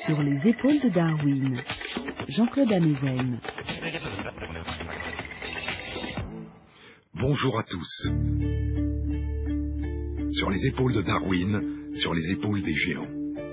Sur les épaules de Darwin, Jean-Claude Amezen. Bonjour à tous. Sur les épaules de Darwin, sur les épaules des géants.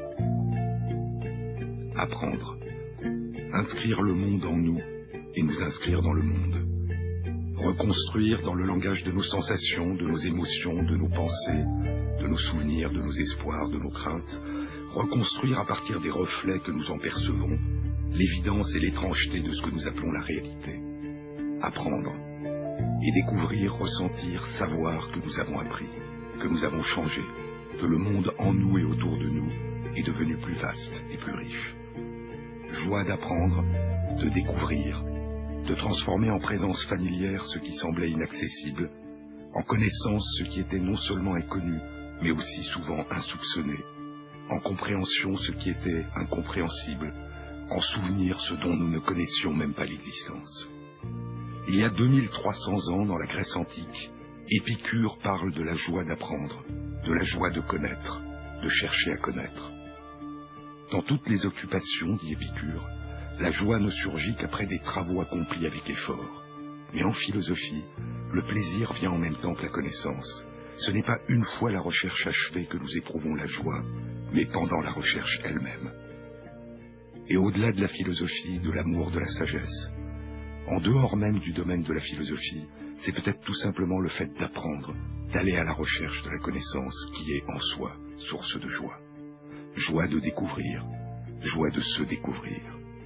Apprendre. Inscrire le monde en nous et nous inscrire dans le monde. Reconstruire dans le langage de nos sensations, de nos émotions, de nos pensées, de nos souvenirs, de nos espoirs, de nos craintes. Reconstruire à partir des reflets que nous en percevons, l'évidence et l'étrangeté de ce que nous appelons la réalité. Apprendre. Et découvrir, ressentir, savoir que nous avons appris, que nous avons changé, que le monde en nous et autour de nous est devenu plus vaste et plus riche. Joie d'apprendre, de découvrir, de transformer en présence familière ce qui semblait inaccessible, en connaissance ce qui était non seulement inconnu, mais aussi souvent insoupçonné, en compréhension ce qui était incompréhensible, en souvenir ce dont nous ne connaissions même pas l'existence. Il y a 2300 ans, dans la Grèce antique, Épicure parle de la joie d'apprendre, de la joie de connaître, de chercher à connaître. Dans toutes les occupations, dit Épicure, la joie ne surgit qu'après des travaux accomplis avec effort. Mais en philosophie, le plaisir vient en même temps que la connaissance. Ce n'est pas une fois la recherche achevée que nous éprouvons la joie, mais pendant la recherche elle-même. Et au-delà de la philosophie, de l'amour, de la sagesse, en dehors même du domaine de la philosophie, c'est peut-être tout simplement le fait d'apprendre, d'aller à la recherche de la connaissance qui est en soi source de joie. Joie de découvrir, joie de se découvrir.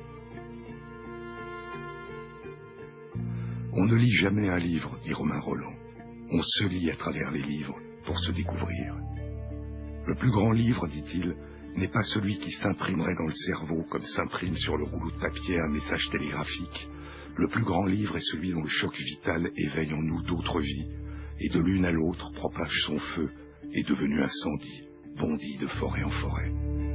On ne lit jamais un livre, dit Romain Rolland. On se lit à travers les livres pour se découvrir. Le plus grand livre, dit-il, n'est pas celui qui s'imprimerait dans le cerveau comme s'imprime sur le rouleau de papier un message télégraphique. Le plus grand livre est celui dont le choc vital éveille en nous d'autres vies, et de l'une à l'autre propage son feu, est devenu incendie, bondit de forêt en forêt.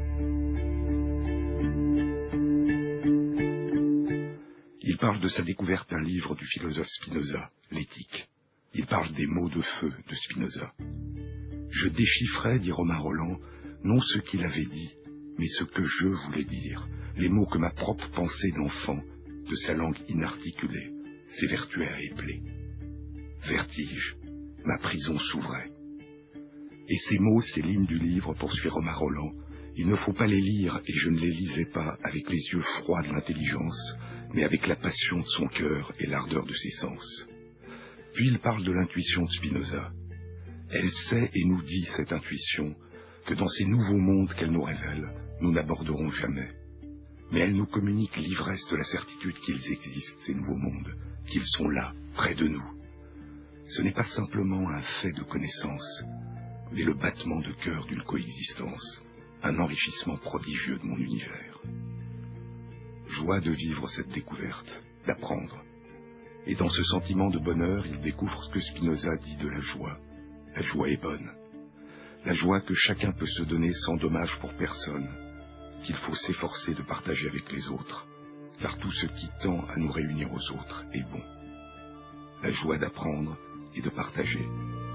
Il parle de sa découverte d'un livre du philosophe Spinoza, l'éthique. Il parle des mots de feu de Spinoza. Je déchiffrais, dit Romain Rolland, non ce qu'il avait dit, mais ce que je voulais dire, les mots que ma propre pensée d'enfant, de sa langue inarticulée, s'évertuait à épeler. Vertige, ma prison s'ouvrait. Et ces mots, ces lignes du livre, poursuit Romain Rolland, il ne faut pas les lire, et je ne les lisais pas avec les yeux froids de l'intelligence, mais avec la passion de son cœur et l'ardeur de ses sens. Puis il parle de l'intuition de Spinoza. Elle sait et nous dit, cette intuition, que dans ces nouveaux mondes qu'elle nous révèle, nous n'aborderons jamais. Mais elle nous communique l'ivresse de la certitude qu'ils existent, ces nouveaux mondes, qu'ils sont là, près de nous. Ce n'est pas simplement un fait de connaissance, mais le battement de cœur d'une coexistence, un enrichissement prodigieux de mon univers. Joie de vivre cette découverte, d'apprendre. Et dans ce sentiment de bonheur, il découvre ce que Spinoza dit de la joie. La joie est bonne. La joie que chacun peut se donner sans dommage pour personne, qu'il faut s'efforcer de partager avec les autres, car tout ce qui tend à nous réunir aux autres est bon. La joie d'apprendre et de partager.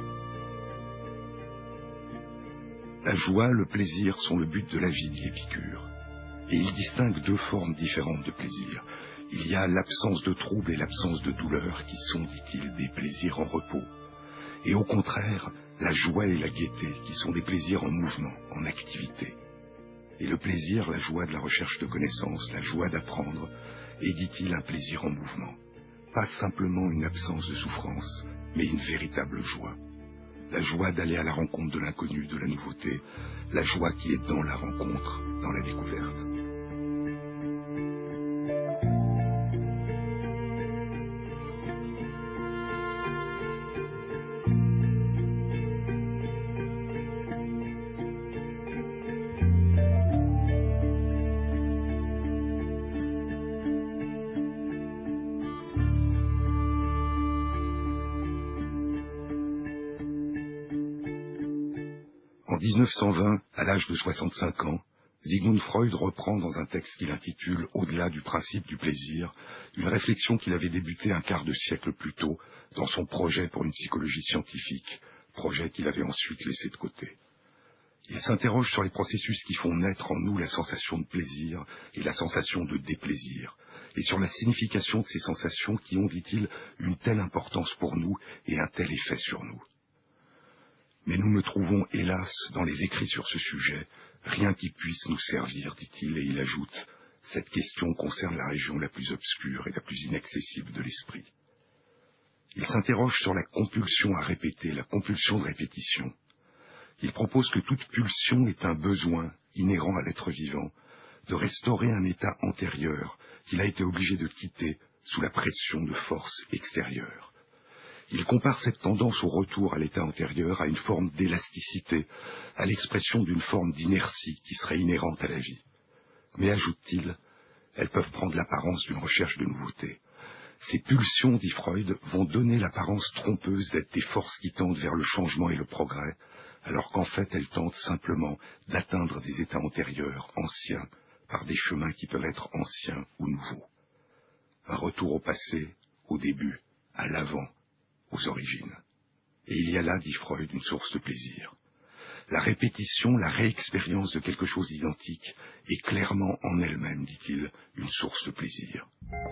La joie, le plaisir sont le but de la vie, dit Épicure. Et il distingue deux formes différentes de plaisir. Il y a l'absence de trouble et l'absence de douleur qui sont, dit-il, des plaisirs en repos. Et au contraire, la joie et la gaieté qui sont des plaisirs en mouvement, en activité. Et le plaisir, la joie de la recherche de connaissances, la joie d'apprendre, est, dit-il, un plaisir en mouvement. Pas simplement une absence de souffrance, mais une véritable joie. La joie d'aller à la rencontre de l'inconnu, de la nouveauté, la joie qui est dans la rencontre, dans la découverte. En 1920, à l'âge de 65 ans, Sigmund Freud reprend dans un texte qu'il intitule « Au-delà du principe du plaisir » une réflexion qu'il avait débutée un quart de siècle plus tôt dans son projet pour une psychologie scientifique, projet qu'il avait ensuite laissé de côté. Il s'interroge sur les processus qui font naître en nous la sensation de plaisir et la sensation de déplaisir, et sur la signification de ces sensations qui ont, dit-il, une telle importance pour nous et un tel effet sur nous. Mais nous ne trouvons, hélas, dans les écrits sur ce sujet, rien qui puisse nous servir, dit-il, et il ajoute, cette question concerne la région la plus obscure et la plus inaccessible de l'esprit. Il s'interroge sur la compulsion à répéter, la compulsion de répétition. Il propose que toute pulsion est un besoin inhérent à l'être vivant, de restaurer un état antérieur qu'il a été obligé de quitter sous la pression de forces extérieures. Il compare cette tendance au retour à l'état antérieur à une forme d'élasticité, à l'expression d'une forme d'inertie qui serait inhérente à la vie. Mais, ajoute-t-il, elles peuvent prendre l'apparence d'une recherche de nouveauté. Ces pulsions, dit Freud, vont donner l'apparence trompeuse d'être des forces qui tendent vers le changement et le progrès, alors qu'en fait elles tentent simplement d'atteindre des états antérieurs, anciens, par des chemins qui peuvent être anciens ou nouveaux. Un retour au passé, au début, à l'avant, aux origines. Et il y a là, dit Freud, une source de plaisir. La répétition, la réexpérience de quelque chose d'identique est clairement en elle-même, dit-il, une source de plaisir.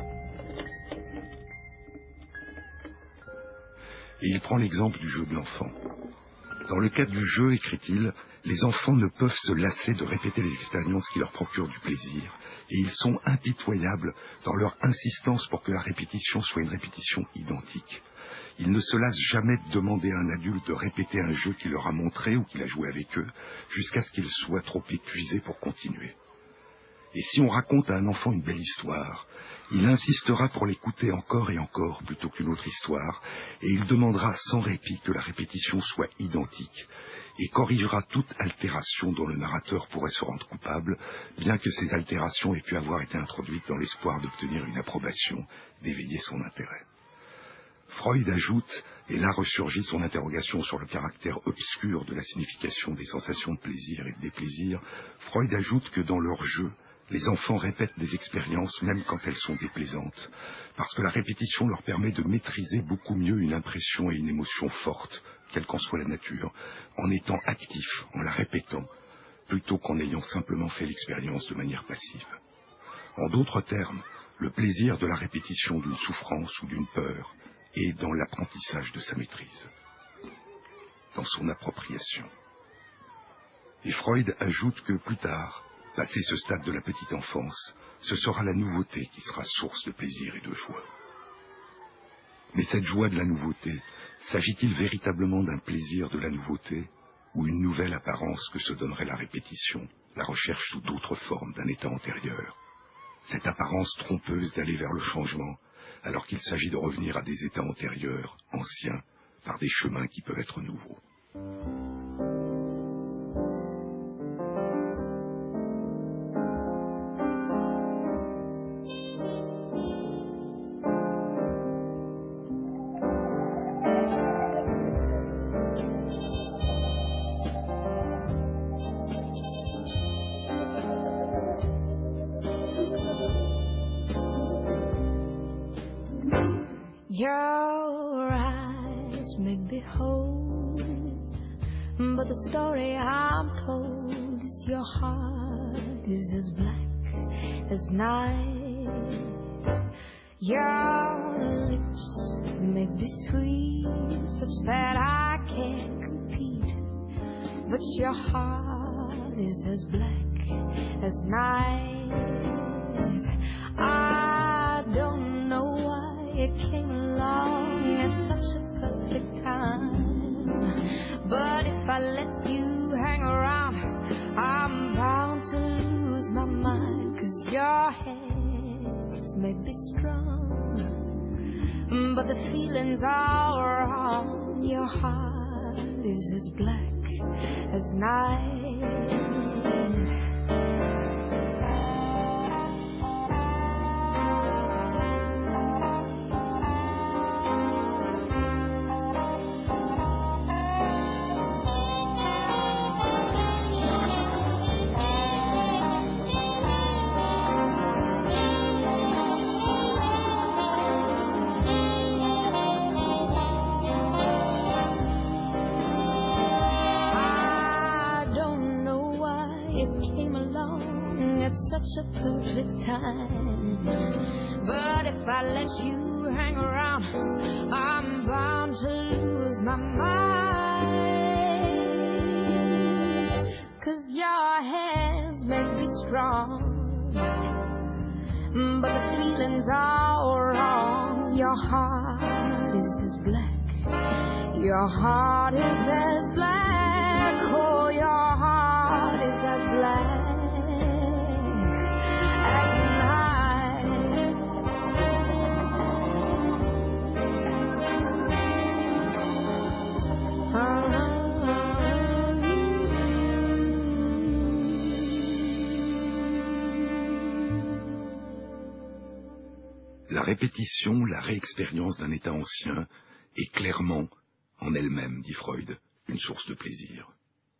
Et il prend l'exemple du jeu de l'enfant. Dans le cadre du jeu, écrit-il, les enfants ne peuvent se lasser de répéter les expériences qui leur procurent du plaisir, et ils sont impitoyables dans leur insistance pour que la répétition soit une répétition identique. Ils ne se lassent jamais de demander à un adulte de répéter un jeu qu'il leur a montré ou qu'il a joué avec eux, jusqu'à ce qu'ils soient trop épuisés pour continuer. Et si on raconte à un enfant une belle histoire, il insistera pour l'écouter encore et encore plutôt qu'une autre histoire, et il demandera sans répit que la répétition soit identique, et corrigera toute altération dont le narrateur pourrait se rendre coupable, bien que ces altérations aient pu avoir été introduites dans l'espoir d'obtenir une approbation, d'éveiller son intérêt. Freud ajoute, et là ressurgit son interrogation sur le caractère obscur de la signification des sensations de plaisir et de déplaisir, Freud ajoute que dans leur jeu, les enfants répètent des expériences même quand elles sont déplaisantes, parce que la répétition leur permet de maîtriser beaucoup mieux une impression et une émotion forte, quelle qu'en soit la nature, en étant actifs, en la répétant, plutôt qu'en ayant simplement fait l'expérience de manière passive. En d'autres termes, le plaisir de la répétition d'une souffrance ou d'une peur est dans l'apprentissage de sa maîtrise, dans son appropriation. Et Freud ajoute que plus tard, passé ce stade de la petite enfance, ce sera la nouveauté qui sera source de plaisir et de joie. Mais cette joie de la nouveauté, s'agit-il véritablement d'un plaisir de la nouveauté ou une nouvelle apparence que se donnerait la répétition, la recherche sous d'autres formes d'un état antérieur? Cette apparence trompeuse d'aller vers le changement, alors qu'il s'agit de revenir à des états antérieurs, anciens, par des chemins qui peuvent être nouveaux. Your eyes may be whole, but the story I'm told is your heart is as black as night. Your lips may be sweet, such that I can't compete, but your heart is as black as night. I don't know why it came along at such a perfect time, but if I let you hang around, I'm bound to lose my mind, 'cause your hands may be strong, but the feelings are wrong. Your heart is as black as night. you came along at such a perfect time. But if I let you hang around, I'm bound to lose my mind. 'Cause your hands may be strong, but the feelings are wrong. Your heart is as black. Your heart is as black. Oh, your heart is as black as night. La répétition, la réexpérience d'un état ancien est clairement, en elle-même, dit Freud, une source de plaisir.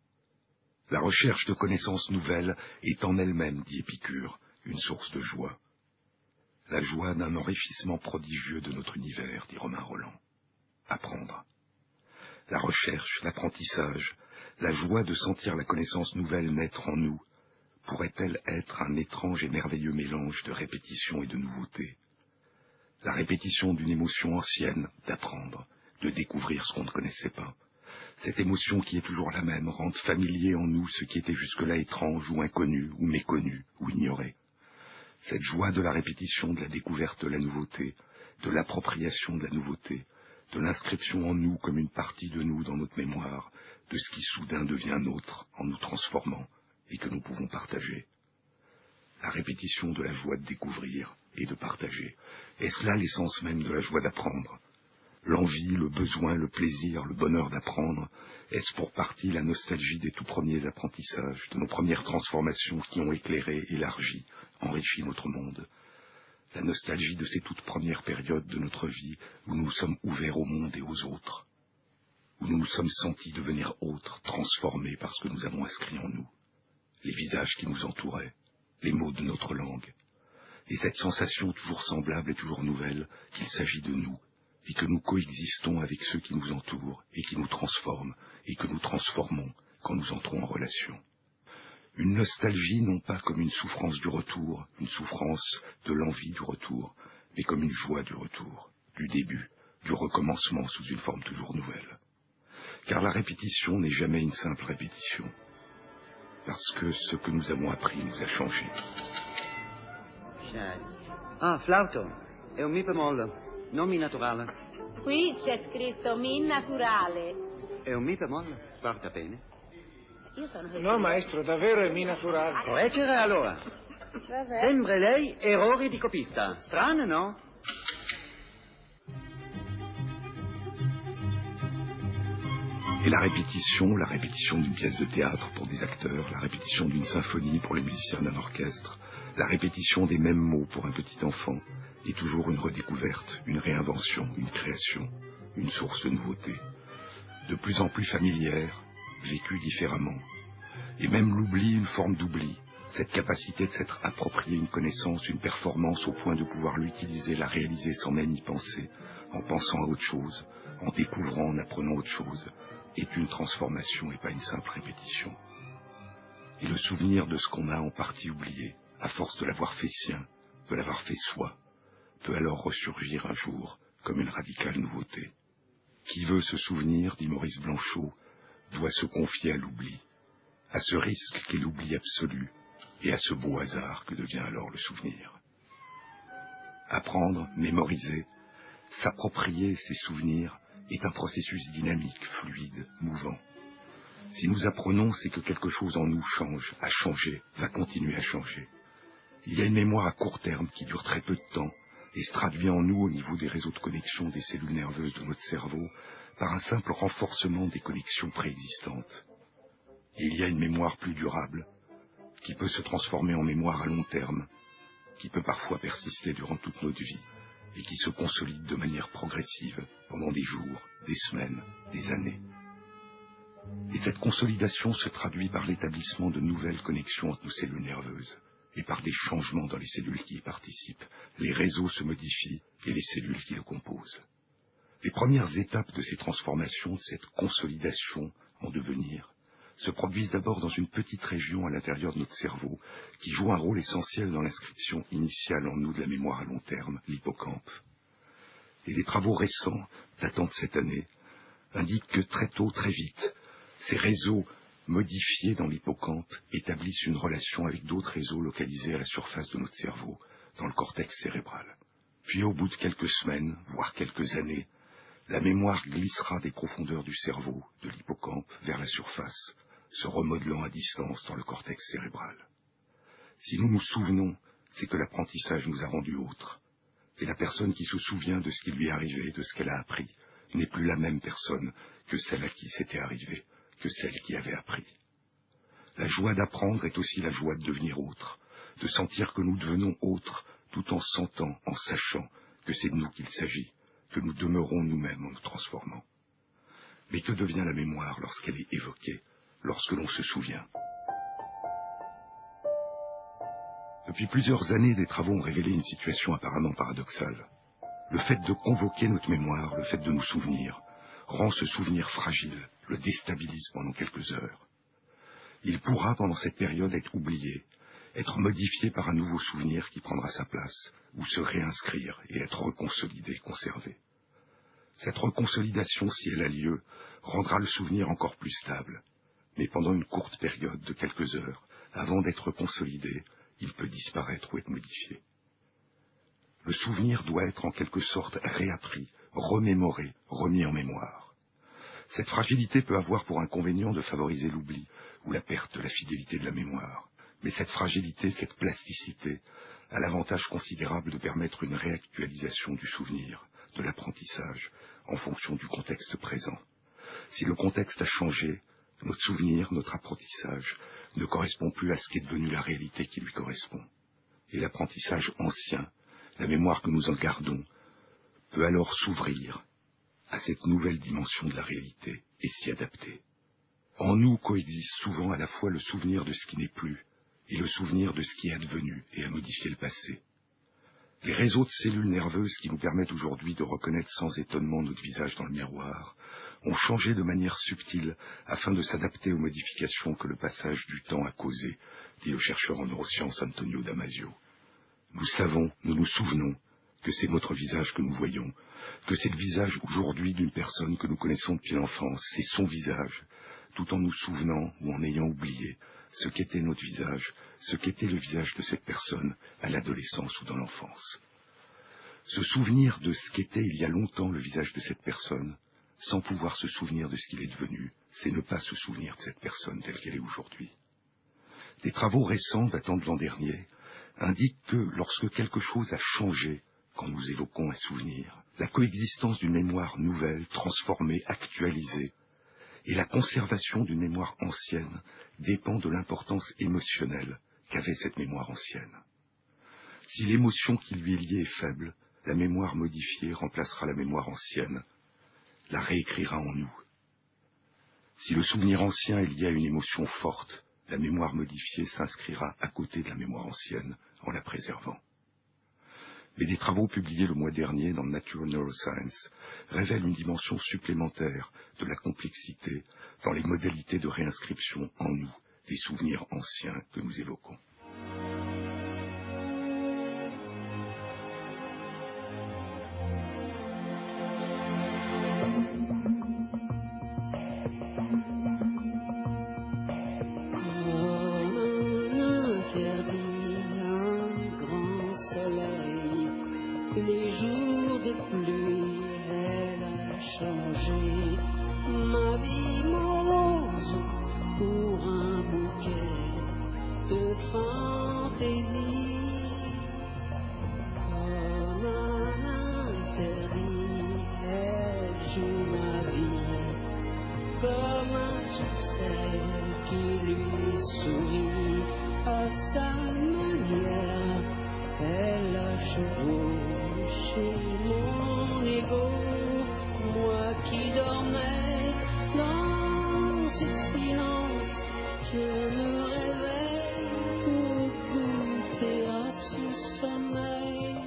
La recherche de connaissances nouvelles est en elle-même, dit Épicure, une source de joie. La joie d'un enrichissement prodigieux de notre univers, dit Romain Rolland. Apprendre. La recherche, l'apprentissage, la joie de sentir la connaissance nouvelle naître en nous, pourrait-elle être un étrange et merveilleux mélange de répétition et de nouveauté? La répétition d'une émotion ancienne, d'apprendre, de découvrir ce qu'on ne connaissait pas. Cette émotion qui est toujours la même, rend familier en nous ce qui était jusque-là étrange ou inconnu, ou méconnu, ou ignoré. Cette joie de la répétition, de la découverte de la nouveauté, de l'appropriation de la nouveauté, de l'inscription en nous comme une partie de nous dans notre mémoire, de ce qui soudain devient nôtre en nous transformant et que nous pouvons partager. La répétition de la joie de découvrir et de partager. Est-ce là l'essence même de la joie d'apprendre? L'envie, le besoin, le plaisir, le bonheur d'apprendre, est-ce pour partie la nostalgie des tout premiers apprentissages, de nos premières transformations qui ont éclairé, élargi, enrichi notre monde? La nostalgie de ces toutes premières périodes de notre vie où nous nous sommes ouverts au monde et aux autres, où nous nous sommes sentis devenir autres, transformés par ce que nous avons inscrit en nous, les visages qui nous entouraient, les mots de notre langue, et cette sensation toujours semblable et toujours nouvelle qu'il s'agit de nous, et que nous coexistons avec ceux qui nous entourent, et qui nous transforment, et que nous transformons quand nous entrons en relation. Une nostalgie non pas comme une souffrance du retour, une souffrance de l'envie du retour, mais comme une joie du retour, du début, du recommencement sous une forme toujours nouvelle. Car la répétition n'est jamais une simple répétition, parce que ce que nous avons appris nous a changé. Ah, flauto. È un mi bemolle, non mi naturale. Qui c'è scritto mi naturale. È un mi bemolle, guarda bene. Io sono No, maestro, davvero è mi naturale. Correggere allora. Vabbè. Sembra lei errori di copista. Strano, no? Et la répétition d'une pièce de théâtre pour des acteurs, la répétition d'une symphonie pour les musiciens d'un orchestre, la répétition des mêmes mots pour un petit enfant est toujours une redécouverte, une réinvention, une création, une source de nouveauté, de plus en plus familière, vécue différemment. Et même l'oubli, une forme d'oubli, cette capacité de s'être approprié une connaissance, une performance au point de pouvoir l'utiliser, la réaliser sans même y penser, en pensant à autre chose, en découvrant, en apprenant autre chose, est une transformation et pas une simple répétition. Et le souvenir de ce qu'on a en partie oublié, à force de l'avoir fait sien, de l'avoir fait soi, peut alors ressurgir un jour comme une radicale nouveauté. Qui veut se souvenir, dit Maurice Blanchot, doit se confier à l'oubli, à ce risque qu'est l'oubli absolu et à ce beau hasard que devient alors le souvenir. Apprendre, mémoriser, s'approprier ces souvenirs est un processus dynamique, fluide, mouvant. Si nous apprenons, c'est que quelque chose en nous change, a changé, va continuer à changer. Il y a une mémoire à court terme qui dure très peu de temps et se traduit en nous au niveau des réseaux de connexion des cellules nerveuses de notre cerveau par un simple renforcement des connexions préexistantes. Et il y a une mémoire plus durable qui peut se transformer en mémoire à long terme, qui peut parfois persister durant toute notre vie et qui se consolide de manière progressive pendant des jours, des semaines, des années. Et cette consolidation se traduit par l'établissement de nouvelles connexions entre nos cellules nerveuses et par des changements dans les cellules qui y participent. Les réseaux se modifient et les cellules qui le composent. Les premières étapes de ces transformations, de cette consolidation en devenir, se produisent d'abord dans une petite région à l'intérieur de notre cerveau qui joue un rôle essentiel dans l'inscription initiale en nous de la mémoire à long terme, l'hippocampe. Et les travaux récents, datant de cette année, indiquent que très tôt, très vite, ces réseaux modifiés dans l'hippocampe établissent une relation avec d'autres réseaux localisés à la surface de notre cerveau, dans le cortex cérébral. Puis au bout de quelques semaines, voire quelques années, la mémoire glissera des profondeurs du cerveau, de l'hippocampe, vers la surface, se remodelant à distance dans le cortex cérébral. Si nous nous souvenons, c'est que l'apprentissage nous a rendus autres. Et la personne qui se souvient de ce qui lui est arrivé, de ce qu'elle a appris, n'est plus la même personne que celle à qui c'était arrivé, que celle qui avait appris. La joie d'apprendre est aussi la joie de devenir autre, de sentir que nous devenons autres, tout en sentant, en sachant que c'est de nous qu'il s'agit, que nous demeurons nous-mêmes en nous transformant. Mais que devient la mémoire lorsqu'elle est évoquée, lorsque l'on se souvient? Depuis plusieurs années, des travaux ont révélé une situation apparemment paradoxale. Le fait de convoquer notre mémoire, le fait de nous souvenir, rend ce souvenir fragile, le déstabilise pendant quelques heures. Il pourra, pendant cette période, être oublié, être modifié par un nouveau souvenir qui prendra sa place, ou se réinscrire et être reconsolidé, conservé. Cette reconsolidation, si elle a lieu, rendra le souvenir encore plus stable. Mais pendant une courte période de quelques heures, avant d'être consolidé, il peut disparaître ou être modifié. Le souvenir doit être en quelque sorte réappris, remémoré, remis en mémoire. Cette fragilité peut avoir pour inconvénient de favoriser l'oubli ou la perte de la fidélité de la mémoire. Mais cette fragilité, cette plasticité, a l'avantage considérable de permettre une réactualisation du souvenir, de l'apprentissage, en fonction du contexte présent. Si le contexte a changé, notre souvenir, notre apprentissage, ne correspond plus à ce qu'est devenu la réalité qui lui correspond. Et l'apprentissage ancien, la mémoire que nous en gardons, peut alors s'ouvrir à cette nouvelle dimension de la réalité et s'y adapter. En nous coexiste souvent à la fois le souvenir de ce qui n'est plus et le souvenir de ce qui est advenu et a modifié le passé. Les réseaux de cellules nerveuses qui nous permettent aujourd'hui de reconnaître sans étonnement notre visage dans le miroir ont changé de manière subtile afin de s'adapter aux modifications que le passage du temps a causées, dit le chercheur en neurosciences Antonio Damasio. Nous savons, nous nous souvenons que c'est notre visage que nous voyons, que c'est le visage aujourd'hui d'une personne que nous connaissons depuis l'enfance, c'est son visage, tout en nous souvenant ou en ayant oublié ce qu'était notre visage, ce qu'était le visage de cette personne à l'adolescence ou dans l'enfance. Se souvenir de ce qu'était il y a longtemps le visage de cette personne, sans pouvoir se souvenir de ce qu'il est devenu, c'est ne pas se souvenir de cette personne telle qu'elle est aujourd'hui. Des travaux récents datant de l'an dernier indiquent que lorsque quelque chose a changé quand nous évoquons un souvenir, la coexistence d'une mémoire nouvelle, transformée, actualisée, et la conservation d'une mémoire ancienne dépend de l'importance émotionnelle qu'avait cette mémoire ancienne. Si l'émotion qui lui est liée est faible, la mémoire modifiée remplacera la mémoire ancienne, la réécrira en nous. Si le souvenir ancien est lié à une émotion forte, la mémoire modifiée s'inscrira à côté de la mémoire ancienne en la préservant. Mais des travaux publiés le mois dernier dans Nature Neuroscience révèlent une dimension supplémentaire de la complexité dans les modalités de réinscription en nous des souvenirs anciens que nous évoquons. Les jours de pluie, elle a changé ma vie morose pour un bouquet de fantaisie. Comme un interdit, elle joue ma vie comme un succès qui lui sourit à sa manière. Elle a chevauché mon ego, moi qui dormais dans ce silence. Je me réveille pour goûter à ce sommeil.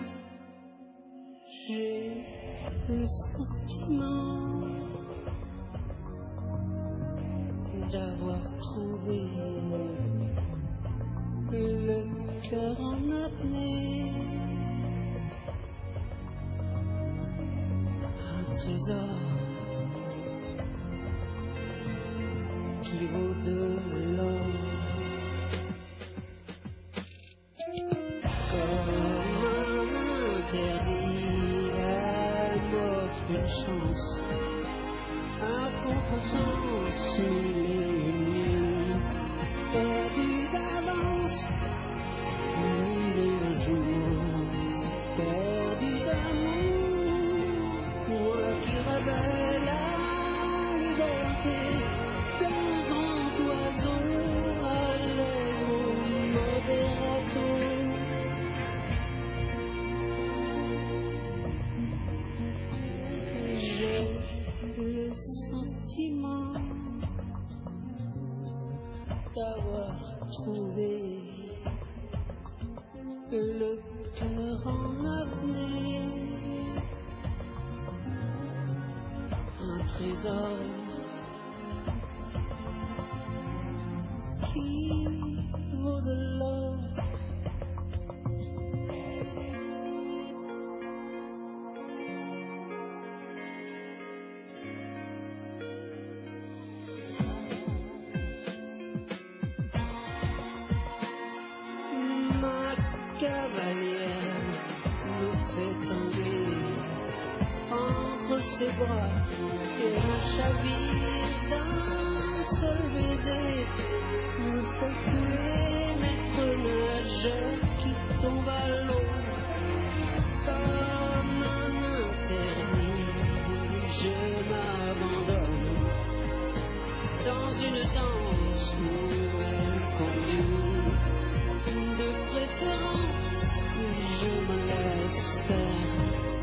J'ai le sentiment d'avoir trouvé le cœur en apnée, un trésor qui vaut de l'or. Comme un interdit, elle m'offre une chance, un contresens, mille et une nuits, perdu d'avance, mille et un jours, perdu d'amour, moi qui rêvais la liberté d'un grand oiseau, allait au moderato. J'ai le sentiment d'avoir trouvé le cœur en apnée, un trésor qui vaut de l'or. Ma cavalière me fait tanguer entre ses bras et ma chavire d'un seul baiser me fait couler, maître nageur qui tombe à l'eau. Comme un interdit, je m'abandonne dans une danse où elle conduit. De préférence, je me laisse faire.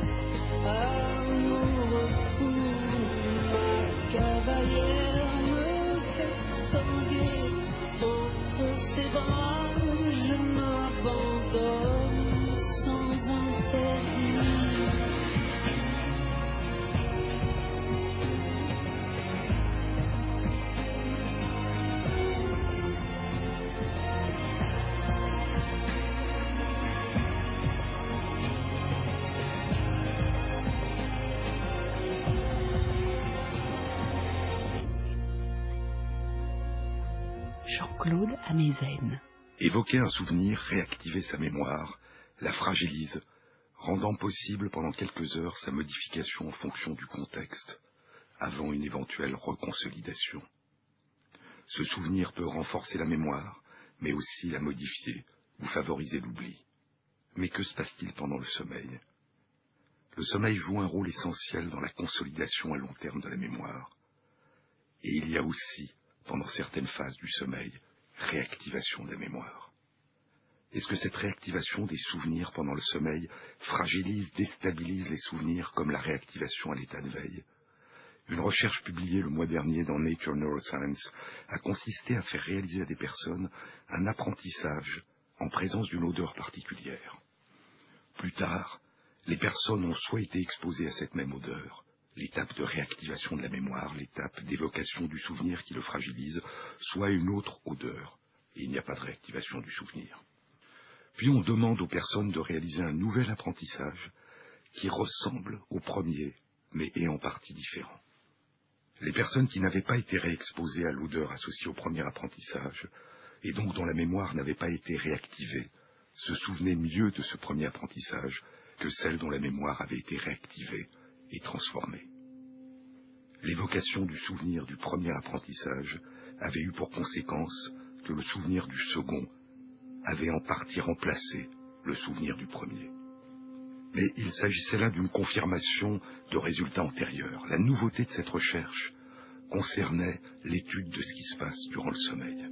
Amour fou, ma cavalière me fait tanguer entre ses bras. Je m'abandonne sans interdit. Jean-Claude Amezen. Évoquer un souvenir, réactiver sa mémoire, la fragilise, rendant possible pendant quelques heures sa modification en fonction du contexte, avant une éventuelle reconsolidation. Ce souvenir peut renforcer la mémoire, mais aussi la modifier ou favoriser l'oubli. Mais que se passe-t-il pendant le sommeil ? Le sommeil joue un rôle essentiel dans la consolidation à long terme de la mémoire. Et il y a aussi, pendant certaines phases du sommeil, réactivation de la mémoire. Est-ce que cette réactivation des souvenirs pendant le sommeil fragilise, déstabilise les souvenirs comme la réactivation à l'état de veille ? Une recherche publiée le mois dernier dans Nature Neuroscience a consisté à faire réaliser à des personnes un apprentissage en présence d'une odeur particulière. Plus tard, les personnes ont soit été exposées à cette même odeur, l'étape de réactivation de la mémoire, l'étape d'évocation du souvenir qui le fragilise, soit une autre odeur, et il n'y a pas de réactivation du souvenir. Puis on demande aux personnes de réaliser un nouvel apprentissage qui ressemble au premier, mais est en partie différent. Les personnes qui n'avaient pas été réexposées à l'odeur associée au premier apprentissage, et donc dont la mémoire n'avait pas été réactivée, se souvenaient mieux de ce premier apprentissage que celles dont la mémoire avait été réactivée et transformée. L'évocation du souvenir du premier apprentissage avait eu pour conséquence que le souvenir du second avait en partie remplacé le souvenir du premier. Mais il s'agissait là d'une confirmation de résultats antérieurs. La nouveauté de cette recherche concernait l'étude de ce qui se passe durant le sommeil.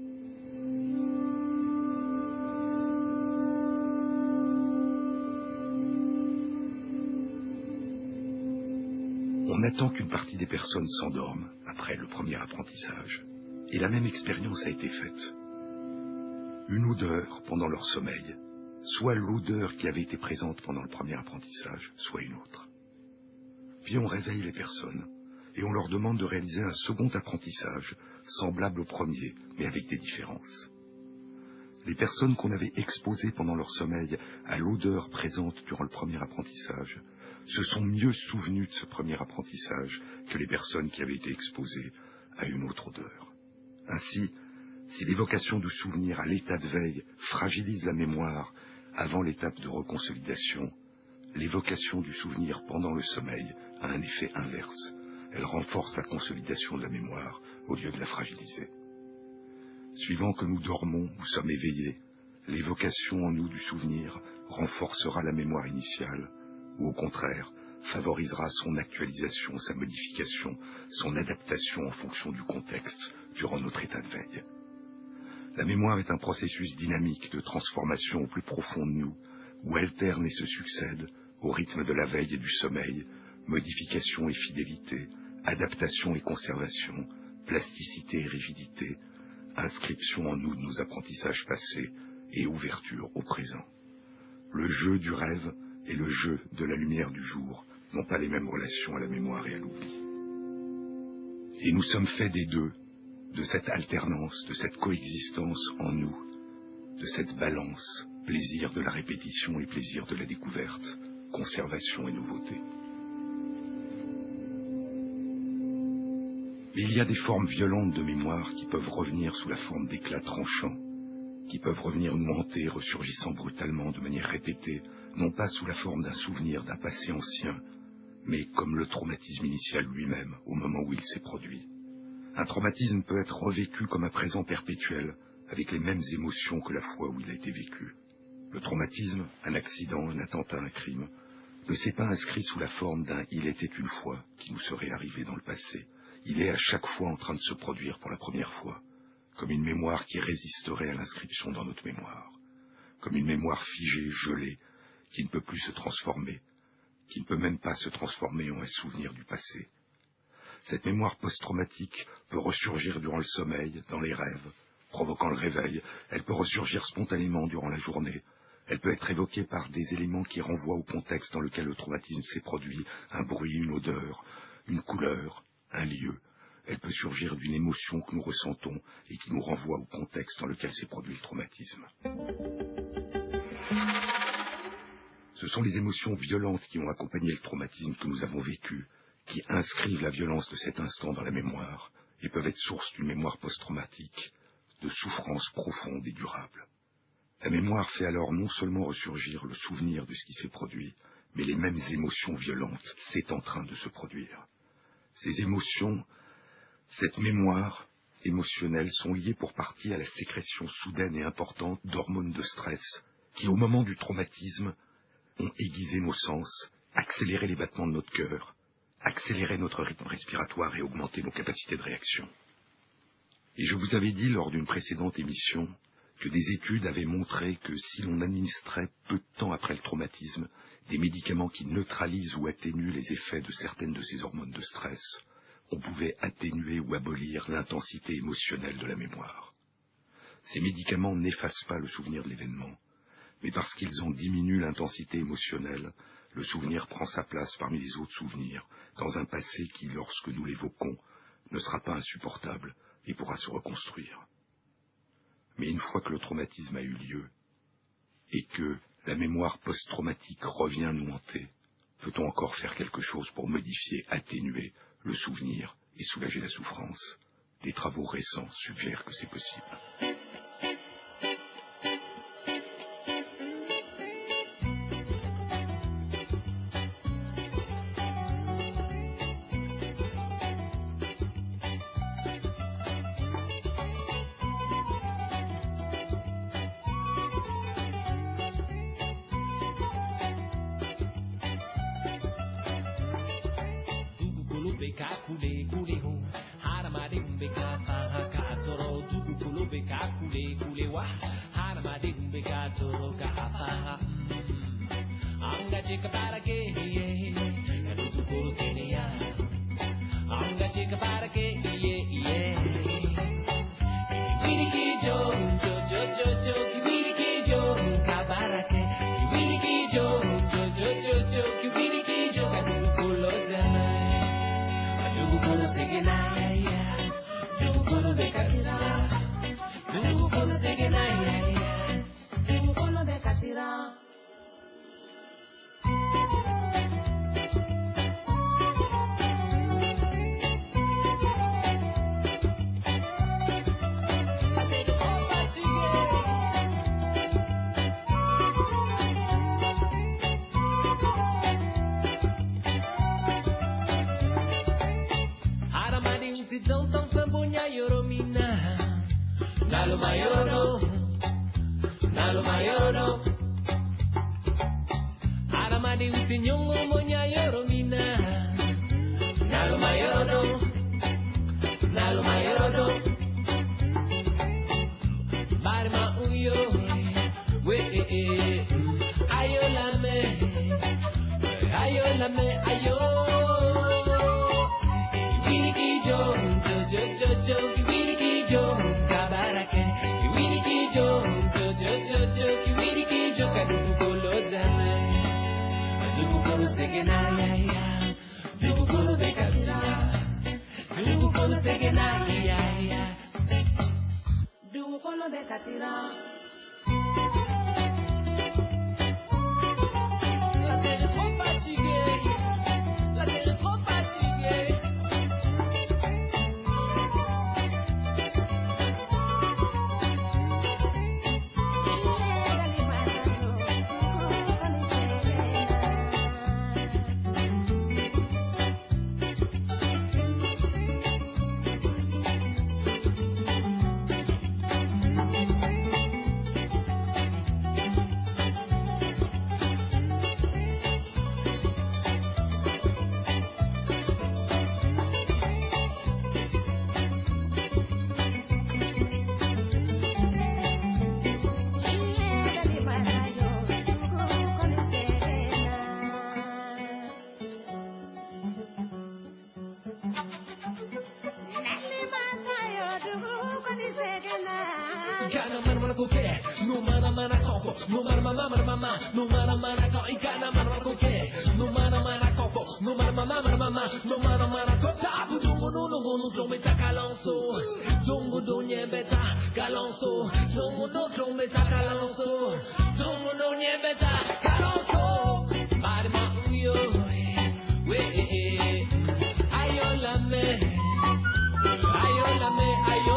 On attend qu'une partie des personnes s'endorment après le premier apprentissage, et la même expérience a été faite. Une odeur pendant leur sommeil, soit l'odeur qui avait été présente pendant le premier apprentissage, soit une autre. Puis on réveille les personnes, et on leur demande de réaliser un second apprentissage, semblable au premier, mais avec des différences. Les personnes qu'on avait exposées pendant leur sommeil à l'odeur présente durant le premier apprentissage se sont mieux souvenues de ce premier apprentissage que les personnes qui avaient été exposées à une autre odeur. Ainsi, si l'évocation du souvenir à l'état de veille fragilise la mémoire avant l'étape de reconsolidation, l'évocation du souvenir pendant le sommeil a un effet inverse. Elle renforce la consolidation de la mémoire au lieu de la fragiliser. Suivant que nous dormons ou sommes éveillés, l'évocation en nous du souvenir renforcera la mémoire initiale, ou au contraire, favorisera son actualisation, sa modification, son adaptation en fonction du contexte durant notre état de veille. La mémoire est un processus dynamique de transformation au plus profond de nous, où alterne et se succède, au rythme de la veille et du sommeil, modification et fidélité, adaptation et conservation, plasticité et rigidité, inscription en nous de nos apprentissages passés et ouverture au présent. Le jeu du rêve et le jeu de la lumière du jour n'ont pas les mêmes relations à la mémoire et à l'oubli. Et nous sommes faits des deux, de cette alternance, de cette coexistence en nous, de cette balance, plaisir de la répétition et plaisir de la découverte, conservation et nouveauté. Mais il y a des formes violentes de mémoire qui peuvent revenir sous la forme d'éclats tranchants, qui peuvent revenir nous hanter, ressurgissant brutalement de manière répétée, non pas sous la forme d'un souvenir d'un passé ancien, mais comme le traumatisme initial lui-même, au moment où il s'est produit. Un traumatisme peut être revécu comme un présent perpétuel, avec les mêmes émotions que la fois où il a été vécu. Le traumatisme, un accident, un attentat, un crime, ne s'est pas inscrit sous la forme d'un « il était une fois » qui nous serait arrivé dans le passé. Il est à chaque fois en train de se produire pour la première fois, comme une mémoire qui résisterait à l'inscription dans notre mémoire, comme une mémoire figée, gelée, qui ne peut plus se transformer, qui ne peut même pas se transformer en un souvenir du passé. Cette mémoire post-traumatique peut ressurgir durant le sommeil, dans les rêves, provoquant le réveil. Elle peut ressurgir spontanément durant la journée. Elle peut être évoquée par des éléments qui renvoient au contexte dans lequel le traumatisme s'est produit, un bruit, une odeur, une couleur, un lieu. Elle peut surgir d'une émotion que nous ressentons et qui nous renvoie au contexte dans lequel s'est produit le traumatisme. Ce sont les émotions violentes qui ont accompagné le traumatisme que nous avons vécu, qui inscrivent la violence de cet instant dans la mémoire et peuvent être source d'une mémoire post-traumatique, de souffrances profondes et durables. La mémoire fait alors non seulement ressurgir le souvenir de ce qui s'est produit, mais les mêmes émotions violentes, c'est en train de se produire. Ces émotions, cette mémoire émotionnelle sont liées pour partie à la sécrétion soudaine et importante d'hormones de stress qui, au moment du traumatisme, ont aiguisé nos sens, accéléré les battements de notre cœur, accéléré notre rythme respiratoire et augmenté nos capacités de réaction. Et je vous avais dit lors d'une précédente émission que des études avaient montré que si l'on administrait peu de temps après le traumatisme des médicaments qui neutralisent ou atténuent les effets de certaines de ces hormones de stress, on pouvait atténuer ou abolir l'intensité émotionnelle de la mémoire. Ces médicaments n'effacent pas le souvenir de l'événement, mais parce qu'ils en diminuent l'intensité émotionnelle, le souvenir prend sa place parmi les autres souvenirs, dans un passé qui, lorsque nous l'évoquons, ne sera pas insupportable et pourra se reconstruire. Mais une fois que le traumatisme a eu lieu, et que la mémoire post-traumatique revient nous hanter, peut-on encore faire quelque chose pour modifier, atténuer le souvenir et soulager la souffrance? Des travaux récents suggèrent que c'est possible. bonya yoromina. Nalo mayoro, nalo mayoro. Aramadi utinyongo monya yoromina. Nalo mayoro, nalo mayoro. Barma uyo, we ayo lame, ayo. Wiriki jo, wiriki jo, kabarake. Wiriki jo, wiriki jo, kadugu kolo zame. Madugu kolo segena ya, dugu kolo bekasina. Dugu kolo segena ya, dugu kolo bekasina. La terre est trop fatiguée, la terre est trop fatiguée. No mana kofo, no mama, no mana ko ikana mana koke, no mana kofo, no mama, no mana ko sabu dungo no zombe takalanso, zongo donye beta galanso, zongo no zombe takalanso, zongo donye beta galanso, barma uyo, we ayo lame, ayo.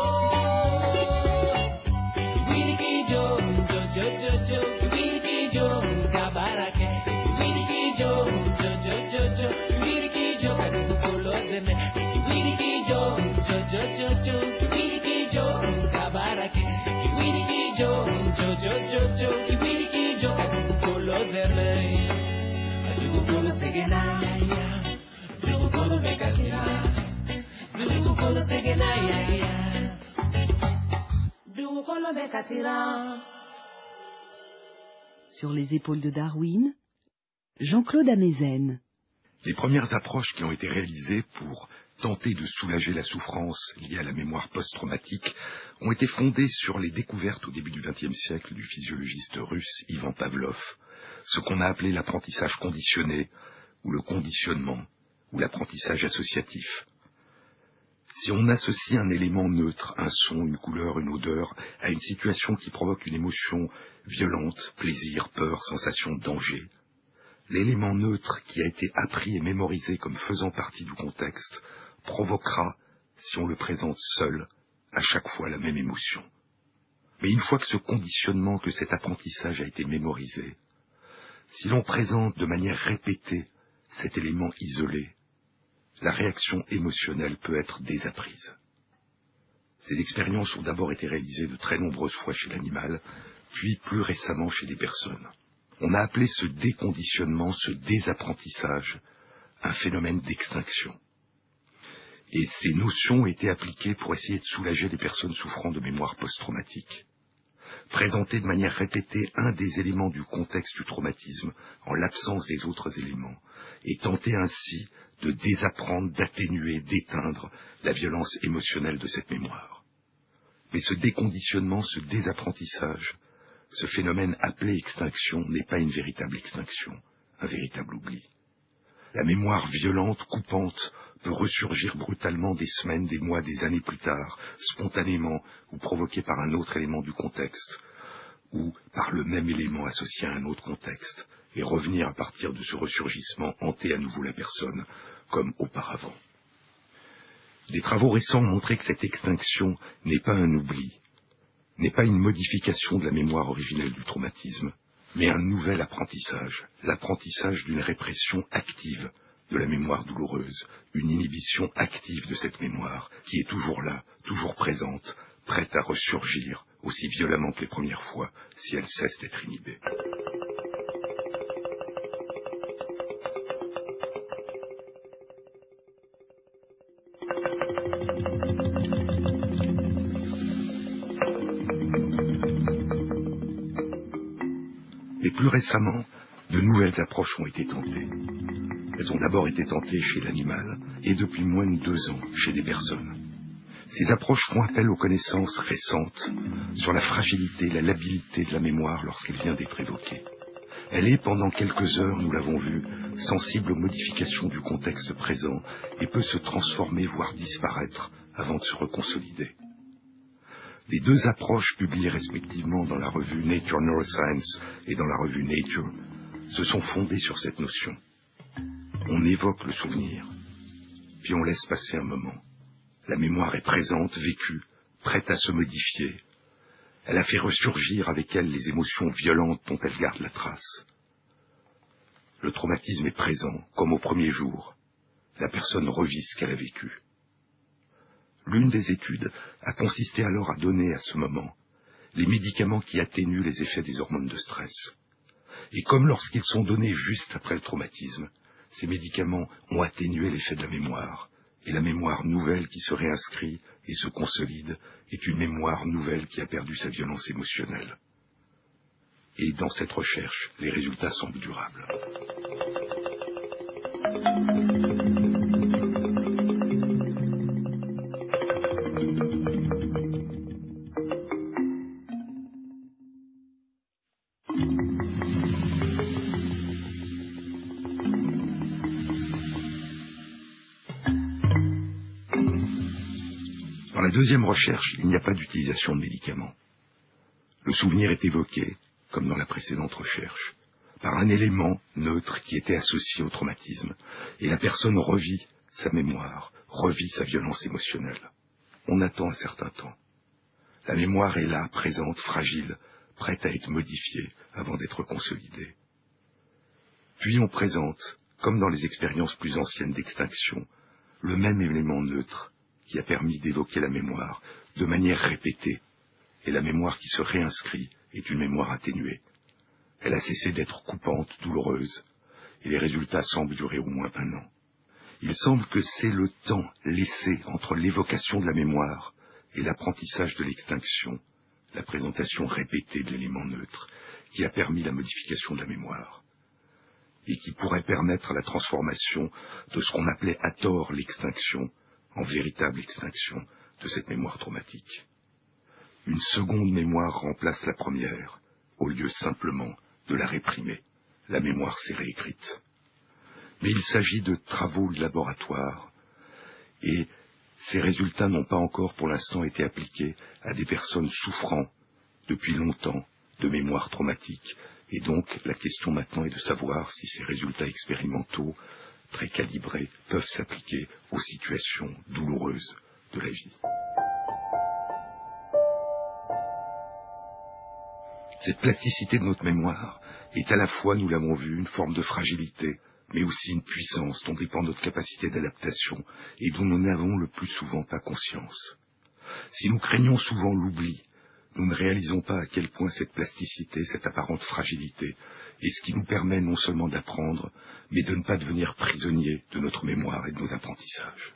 Wiriki jo, kabarake. Wiriki jo, wiriki jo, kadugu kolo zeme. Wiriki jo, wiriki jo, kabarake. Wiriki jo, wiriki jo, kadugu kolo zeme. Kadugu kolo segena ya, dugu kolo bekasina. Dugu kolo segena ya, dugu kolo bekasina. Sur les épaules de Darwin, Jean-Claude Amezen. Les premières approches qui ont été réalisées pour tenter de soulager la souffrance liée à la mémoire post-traumatique ont été fondées sur les découvertes au début du XXe siècle du physiologiste russe Ivan Pavlov, ce qu'on a appelé l'apprentissage conditionné, ou le conditionnement, ou l'apprentissage associatif. Si on associe un élément neutre, un son, une couleur, une odeur, à une situation qui provoque une émotion violente, plaisir, peur, sensation de danger, l'élément neutre qui a été appris et mémorisé comme faisant partie du contexte provoquera, si on le présente seul, à chaque fois la même émotion. Mais une fois que ce conditionnement, que cet apprentissage a été mémorisé, si l'on présente de manière répétée cet élément isolé, la réaction émotionnelle peut être désapprise. Ces expériences ont d'abord été réalisées de très nombreuses fois chez l'animal, puis plus récemment chez des personnes. On a appelé ce déconditionnement, ce désapprentissage, un phénomène d'extinction. Et ces notions ont été appliquées pour essayer de soulager les personnes souffrant de mémoire post-traumatique. Présenter de manière répétée un des éléments du contexte du traumatisme en l'absence des autres éléments, et tenter ainsi de désapprendre, d'atténuer, d'éteindre la violence émotionnelle de cette mémoire. Mais ce déconditionnement, ce désapprentissage, ce phénomène appelé extinction n'est pas une véritable extinction, un véritable oubli. La mémoire violente, coupante, peut ressurgir brutalement des semaines, des mois, des années plus tard, spontanément ou provoquée par un autre élément du contexte, ou par le même élément associé à un autre contexte, et revenir à partir de ce ressurgissement hanter à nouveau la personne, comme auparavant. Des travaux récents ont montré que cette extinction n'est pas un oubli, n'est pas une modification de la mémoire originelle du traumatisme, mais un nouvel apprentissage, l'apprentissage d'une répression active, de la mémoire douloureuse, une inhibition active de cette mémoire, qui est toujours là, toujours présente, prête à ressurgir, aussi violemment que les premières fois, si elle cesse d'être inhibée. Et plus récemment, de nouvelles approches ont été tentées. Elles ont d'abord été tentées chez l'animal et depuis moins de 2 ans chez des personnes. Ces approches font appel aux connaissances récentes sur la fragilité, la labilité de la mémoire lorsqu'elle vient d'être évoquée. Elle est, pendant quelques heures, nous l'avons vu, sensible aux modifications du contexte présent et peut se transformer, voire disparaître, avant de se reconsolider. Les 2 approches publiées respectivement dans la revue Nature Neuroscience et dans la revue Nature se sont fondées sur cette notion. On évoque le souvenir, puis on laisse passer un moment. La mémoire est présente, vécue, prête à se modifier. Elle a fait ressurgir avec elle les émotions violentes dont elle garde la trace. Le traumatisme est présent, comme au premier jour. La personne revit ce qu'elle a vécu. L'une des études a consisté alors à donner à ce moment les médicaments qui atténuent les effets des hormones de stress. Et comme lorsqu'ils sont donnés juste après le traumatisme, ces médicaments ont atténué l'effet de la mémoire, et la mémoire nouvelle qui se réinscrit et se consolide est une mémoire nouvelle qui a perdu sa violence émotionnelle. Et dans cette recherche, les résultats semblent durables. Dans la deuxième recherche, il n'y a pas d'utilisation de médicaments. Le souvenir est évoqué, comme dans la précédente recherche, par un élément neutre qui était associé au traumatisme, et la personne revit sa mémoire, revit sa violence émotionnelle. On attend un certain temps. La mémoire est là, présente, fragile, prête à être modifiée avant d'être consolidée. Puis on présente, comme dans les expériences plus anciennes d'extinction, le même élément neutre qui a permis d'évoquer la mémoire de manière répétée, et la mémoire qui se réinscrit est une mémoire atténuée. Elle a cessé d'être coupante, douloureuse, et les résultats semblent durer au moins 1 an. Il semble que c'est le temps laissé entre l'évocation de la mémoire et l'apprentissage de l'extinction, la présentation répétée de l'élément neutre, qui a permis la modification de la mémoire, et qui pourrait permettre la transformation de ce qu'on appelait à tort l'extinction en véritable extinction de cette mémoire traumatique. Une seconde mémoire remplace la première, au lieu simplement de la réprimer. La mémoire s'est réécrite. Mais il s'agit de travaux de laboratoire, et ces résultats n'ont pas encore pour l'instant été appliqués à des personnes souffrant depuis longtemps de mémoire traumatique. Et donc, la question maintenant est de savoir si ces résultats expérimentaux, très calibrés, peuvent s'appliquer aux situations douloureuses de la vie. Cette plasticité de notre mémoire est à la fois, nous l'avons vu, une forme de fragilité, mais aussi une puissance dont dépend notre capacité d'adaptation et dont nous n'avons le plus souvent pas conscience. Si nous craignons souvent l'oubli, nous ne réalisons pas à quel point cette plasticité, cette apparente fragilité, est ce qui nous permet non seulement d'apprendre, mais de ne pas devenir prisonniers de notre mémoire et de nos apprentissages.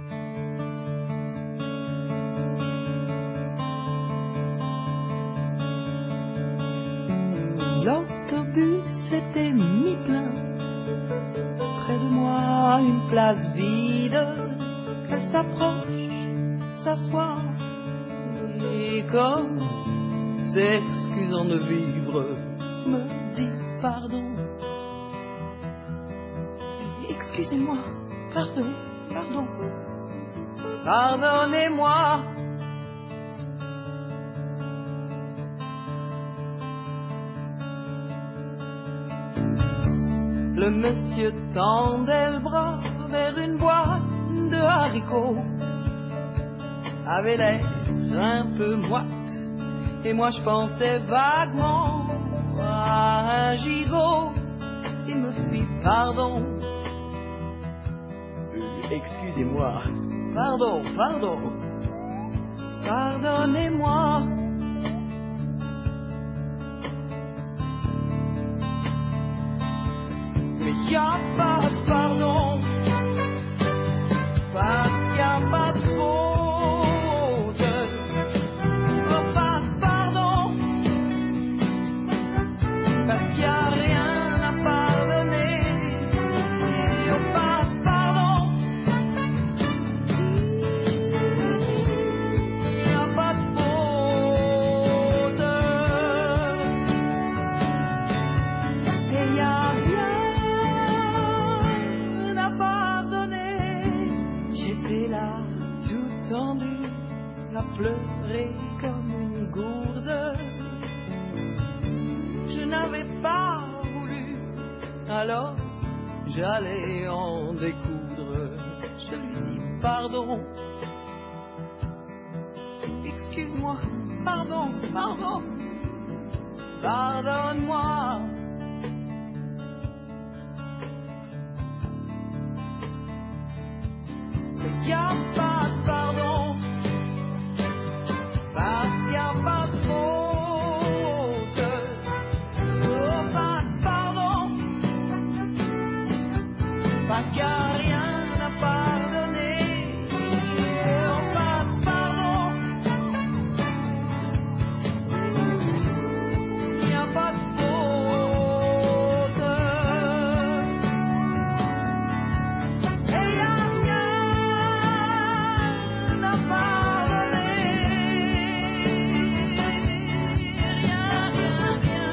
L'autobus était mi-plein, près de moi une place vide, elle s'approche, s'assoit, et comme s'excusant de vivre, me dit pardon. Excusez-moi, pardon, pardonnez-moi. Le monsieur tendait le bras vers une boîte de haricots, avait l'air un peu moite, et moi je pensais vaguement à un gigot. Il me fit pardon, Excusez-moi. Pardon. Pardonnez-moi. Mais y a pas de pardon, parce qu'il y a pas de faute. Oh, pas de pardon, parce qu'il y a rien à pardonner. Oh, pas de pardon, il n'y a pas de faute. Et il y a rien à pardonner. J'étais là, tout tendu, à pleurer comme une gourde. Je n'avais pas voulu, alors j'allais en découdre. Je lui dis pardon. Excuse-moi, pardon. Pardonne-moi. Y a pas de pardon, parce qu'il y a pas de faute. Oh, pas de pardon, parce qu'il y a rien à pardonner. Oh, pas de pardon, il n'y a pas de faute. Et y a rien à pardonner. Rien.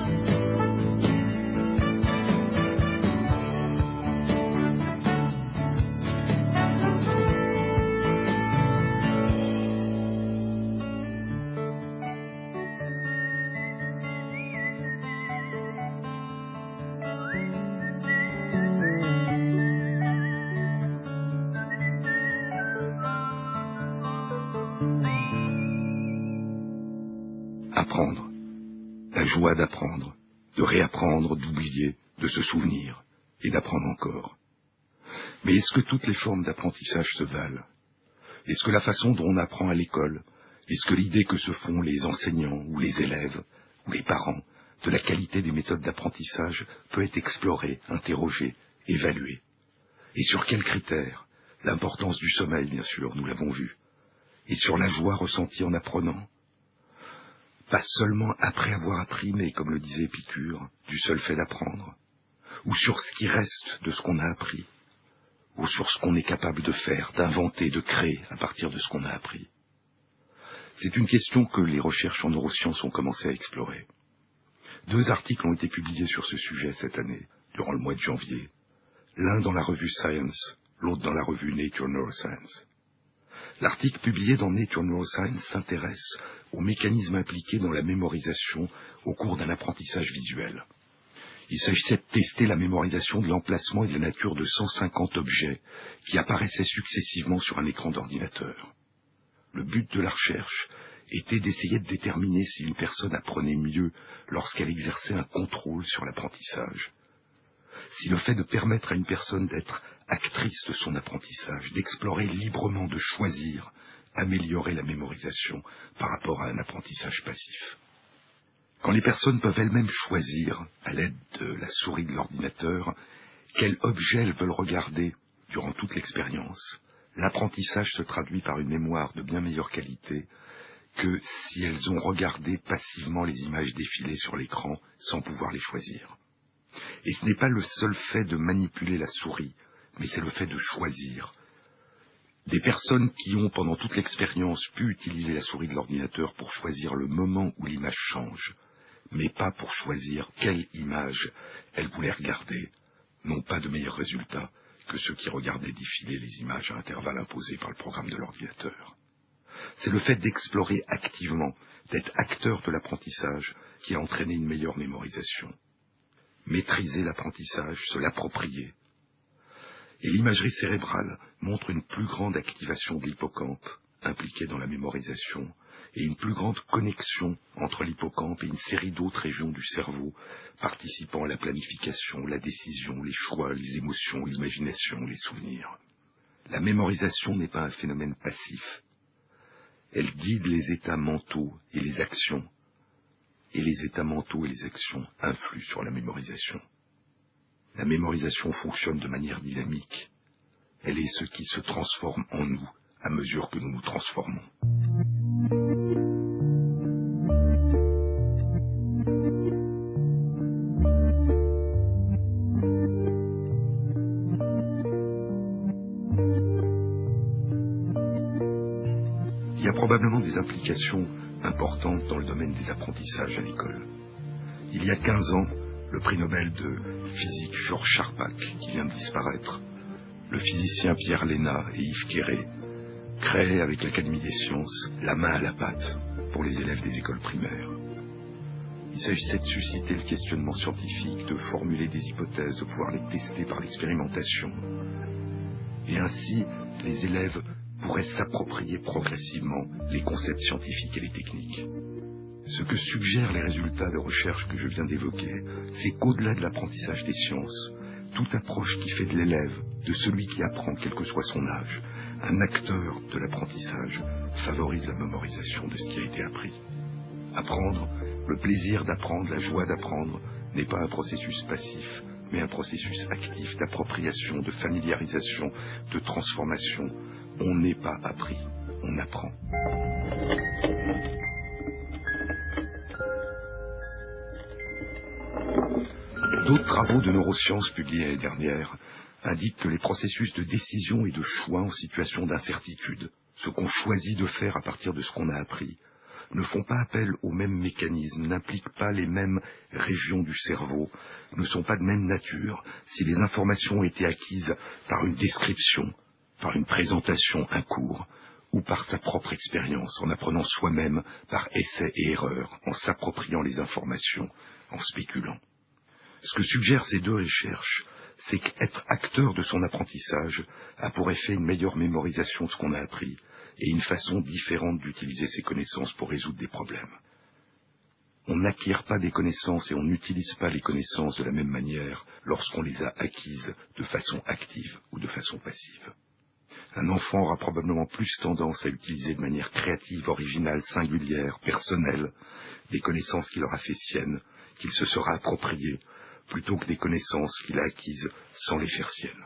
Apprendre. La joie d'apprendre, de réapprendre, d'oublier, de se souvenir, et d'apprendre encore. Mais est-ce que toutes les formes d'apprentissage se valent? Est-ce que la façon dont on apprend à l'école, est-ce que l'idée que se font les enseignants ou les élèves ou les parents de la qualité des méthodes d'apprentissage peut être explorée, interrogée, évaluée? Et sur quels critères? L'importance du sommeil, bien sûr, nous l'avons vu. Et sur la joie ressentie en apprenant? Pas seulement après avoir appris, mais, comme le disait Épicure, du seul fait d'apprendre, ou sur ce qui reste de ce qu'on a appris, ou sur ce qu'on est capable de faire, d'inventer, de créer à partir de ce qu'on a appris. C'est une question que les recherches en neurosciences ont commencé à explorer. 2 articles ont été publiés sur ce sujet cette année, durant le mois de janvier, l'un dans la revue Science, l'autre dans la revue Nature Neuroscience. L'article publié dans Nature Neuroscience s'intéresse aux mécanismes impliqués dans la mémorisation au cours d'un apprentissage visuel. Il s'agissait de tester la mémorisation de l'emplacement et de la nature de 150 objets qui apparaissaient successivement sur un écran d'ordinateur. Le but de la recherche était d'essayer de déterminer si une personne apprenait mieux lorsqu'elle exerçait un contrôle sur l'apprentissage. Si le fait de permettre à une personne d'être actrice de son apprentissage, d'explorer librement, de choisir, améliorer la mémorisation par rapport à un apprentissage passif. Quand les personnes peuvent elles-mêmes choisir, à l'aide de la souris de l'ordinateur, quel objet elles veulent regarder durant toute l'expérience, l'apprentissage se traduit par une mémoire de bien meilleure qualité que si elles ont regardé passivement les images défiler sur l'écran sans pouvoir les choisir. Et ce n'est pas le seul fait de manipuler la souris, mais c'est le fait de choisir. Des personnes qui ont, pendant toute l'expérience, pu utiliser la souris de l'ordinateur pour choisir le moment où l'image change, mais pas pour choisir quelle image elles voulaient regarder, n'ont pas de meilleurs résultats que ceux qui regardaient défiler les images à intervalles imposés par le programme de l'ordinateur. C'est le fait d'explorer activement, d'être acteur de l'apprentissage, qui a entraîné une meilleure mémorisation. Maîtriser l'apprentissage, se l'approprier. Et l'imagerie cérébrale montre une plus grande activation de l'hippocampe, impliqué dans la mémorisation, et une plus grande connexion entre l'hippocampe et une série d'autres régions du cerveau, participant à la planification, la décision, les choix, les émotions, l'imagination, les souvenirs. La mémorisation n'est pas un phénomène passif. Elle guide les états mentaux et les actions, et les états mentaux et les actions influent sur la mémorisation. La mémorisation fonctionne de manière dynamique. Elle est ce qui se transforme en nous à mesure que nous nous transformons. Il y a probablement des implications importantes dans le domaine des apprentissages à l'école. Il y a 15 ans, le prix Nobel de physique Georges Charpak, qui vient de disparaître, le physicien Pierre Léna et Yves Quéré créaient avec l'Académie des sciences la main à la pâte pour les élèves des écoles primaires. Il s'agissait de susciter le questionnement scientifique, de formuler des hypothèses, de pouvoir les tester par l'expérimentation. Et ainsi, les élèves pourraient s'approprier progressivement les concepts scientifiques et les techniques. Ce que suggèrent les résultats de recherche que je viens d'évoquer, c'est qu'au-delà de l'apprentissage des sciences, toute approche qui fait de l'élève, de celui qui apprend quel que soit son âge, un acteur de l'apprentissage, favorise la mémorisation de ce qui a été appris. Apprendre, le plaisir d'apprendre, la joie d'apprendre, n'est pas un processus passif, mais un processus actif d'appropriation, de familiarisation, de transformation. On n'est pas appris, on apprend. D'autres travaux de neurosciences publiés l'année dernière indiquent que les processus de décision et de choix en situation d'incertitude, ce qu'on choisit de faire à partir de ce qu'on a appris, ne font pas appel aux mêmes mécanismes, n'impliquent pas les mêmes régions du cerveau, ne sont pas de même nature si les informations ont été acquises par une description, par une présentation, un cours, ou par sa propre expérience, en apprenant soi-même par essai et erreur, en s'appropriant les informations, en spéculant. Ce que suggèrent ces deux recherches, c'est qu'être acteur de son apprentissage a pour effet une meilleure mémorisation de ce qu'on a appris et une façon différente d'utiliser ses connaissances pour résoudre des problèmes. On n'acquiert pas des connaissances et on n'utilise pas les connaissances de la même manière lorsqu'on les a acquises de façon active ou de façon passive. Un enfant aura probablement plus tendance à utiliser de manière créative, originale, singulière, personnelle, des connaissances qu'il aura fait siennes, qu'il se sera appropriées, plutôt que des connaissances qu'il a acquises sans les faire siennes.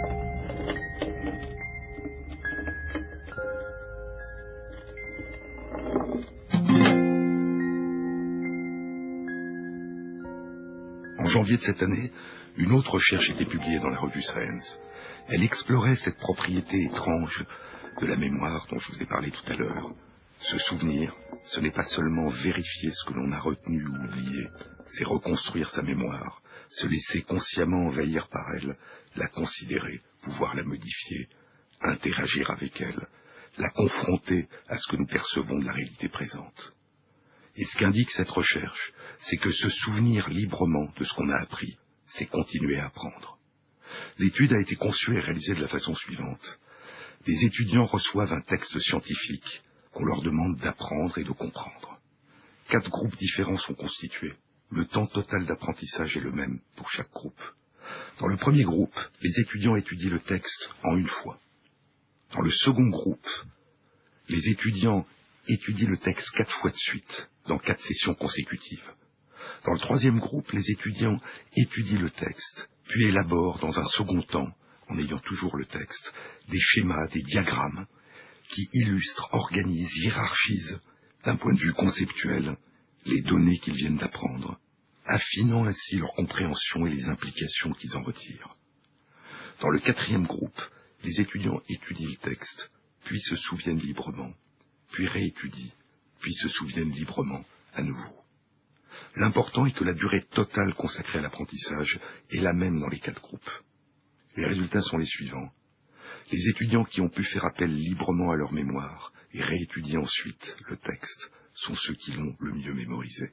En janvier de cette année, une autre recherche était publiée dans la revue Science. Elle explorait cette propriété étrange de la mémoire dont je vous ai parlé tout à l'heure. Se souvenir, ce n'est pas seulement vérifier ce que l'on a retenu ou oublié, c'est reconstruire sa mémoire, se laisser consciemment envahir par elle, la considérer, pouvoir la modifier, interagir avec elle, la confronter à ce que nous percevons de la réalité présente. Et ce qu'indique cette recherche, c'est que se souvenir librement de ce qu'on a appris, c'est continuer à apprendre. L'étude a été conçue et réalisée de la façon suivante. Des étudiants reçoivent un texte scientifique qu'on leur demande d'apprendre et de comprendre. 4 groupes différents sont constitués. Le temps total d'apprentissage est le même pour chaque groupe. Dans le premier groupe, les étudiants étudient le texte en une fois. Dans le second groupe, les étudiants étudient le texte 4 fois de suite, dans 4 sessions consécutives. Dans le troisième groupe, les étudiants étudient le texte, puis élaborent dans un second temps, en ayant toujours le texte, des schémas, des diagrammes, qui illustrent, organisent, hiérarchisent, d'un point de vue conceptuel, les données qu'ils viennent d'apprendre, affinant ainsi leur compréhension et les implications qu'ils en retirent. Dans le quatrième groupe, les étudiants étudient le texte, puis se souviennent librement, puis réétudient, puis se souviennent librement à nouveau. L'important est que la durée totale consacrée à l'apprentissage est la même dans les 4 groupes. Les résultats sont les suivants. Les étudiants qui ont pu faire appel librement à leur mémoire et réétudier ensuite le texte sont ceux qui l'ont le mieux mémorisé.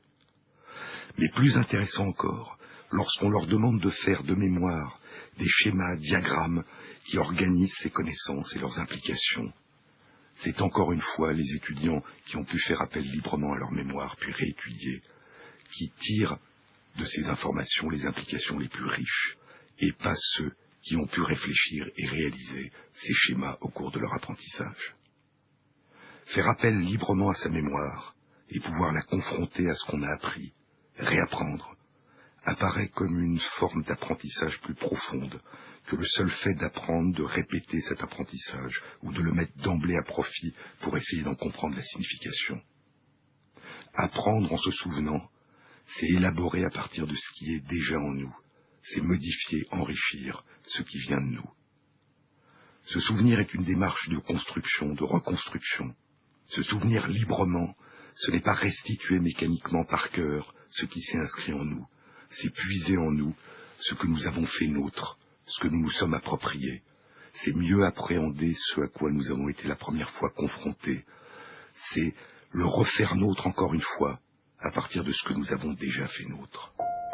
Mais plus intéressant encore, lorsqu'on leur demande de faire de mémoire des schémas, diagrammes qui organisent ces connaissances et leurs implications, c'est encore une fois les étudiants qui ont pu faire appel librement à leur mémoire puis réétudier qui tirent de ces informations les implications les plus riches et pas ceux qui ont pu réfléchir et réaliser ces schémas au cours de leur apprentissage. Faire appel librement à sa mémoire et pouvoir la confronter à ce qu'on a appris, réapprendre, apparaît comme une forme d'apprentissage plus profonde que le seul fait d'apprendre, de répéter cet apprentissage ou de le mettre d'emblée à profit pour essayer d'en comprendre la signification. Apprendre en se souvenant, c'est élaborer à partir de ce qui est déjà en nous, c'est modifier, enrichir ce qui vient de nous. Se souvenir est une démarche de construction, de reconstruction. Se souvenir librement, ce n'est pas restituer mécaniquement par cœur ce qui s'est inscrit en nous, c'est puiser en nous ce que nous avons fait nôtre, ce que nous nous sommes appropriés. C'est mieux appréhender ce à quoi nous avons été la première fois confrontés. C'est le refaire nôtre encore une fois, à partir de ce que nous avons déjà fait nôtre.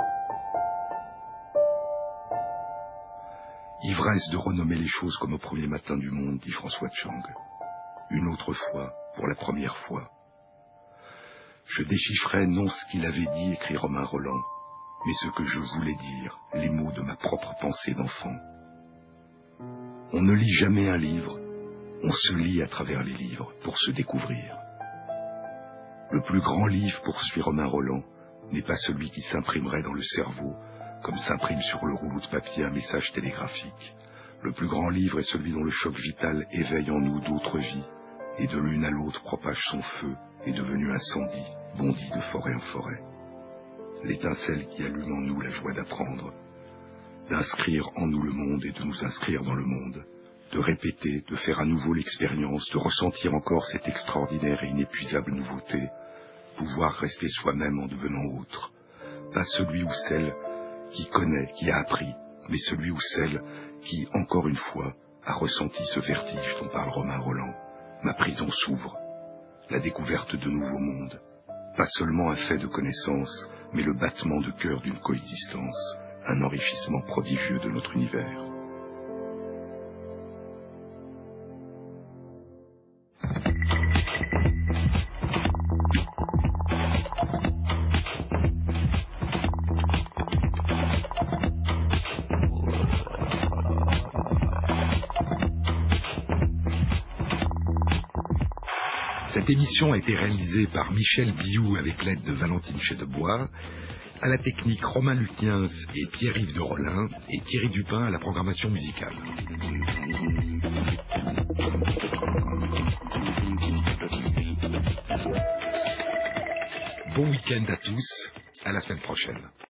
Ivresse de renommer les choses comme au premier matin du monde, dit François Tchang. Une autre fois, pour la première fois. Je déchiffrais non ce qu'il avait dit, écrit Romain Rolland, mais ce que je voulais dire, les mots de ma propre pensée d'enfant. On ne lit jamais un livre, on se lit à travers les livres pour se découvrir. Le plus grand livre, poursuit Romain Rolland, n'est pas celui qui s'imprimerait dans le cerveau, comme s'imprime sur le rouleau de papier un message télégraphique. Le plus grand livre est celui dont le choc vital éveille en nous d'autres vies, et de l'une à l'autre propage son feu, et devenu incendie, bondit de forêt en forêt. L'étincelle qui allume en nous la joie d'apprendre, d'inscrire en nous le monde et de nous inscrire dans le monde, de répéter, de faire à nouveau l'expérience, de ressentir encore cette extraordinaire et inépuisable nouveauté, pouvoir rester soi-même en devenant autre, pas celui ou celle qui connaît, qui a appris, mais celui ou celle qui, encore une fois, a ressenti ce vertige dont parle Romain Rolland. Ma prison s'ouvre, la découverte de nouveaux mondes, pas seulement un fait de connaissance, mais le battement de cœur d'une coexistence, un enrichissement prodigieux de notre univers. Cette émission a été réalisée par Michel Biou avec l'aide de Valentine Chedebois, à la technique Romain Luquiens et Pierre-Yves de Rollin et Thierry Dupin à la programmation musicale. Bon week-end à tous, à la semaine prochaine.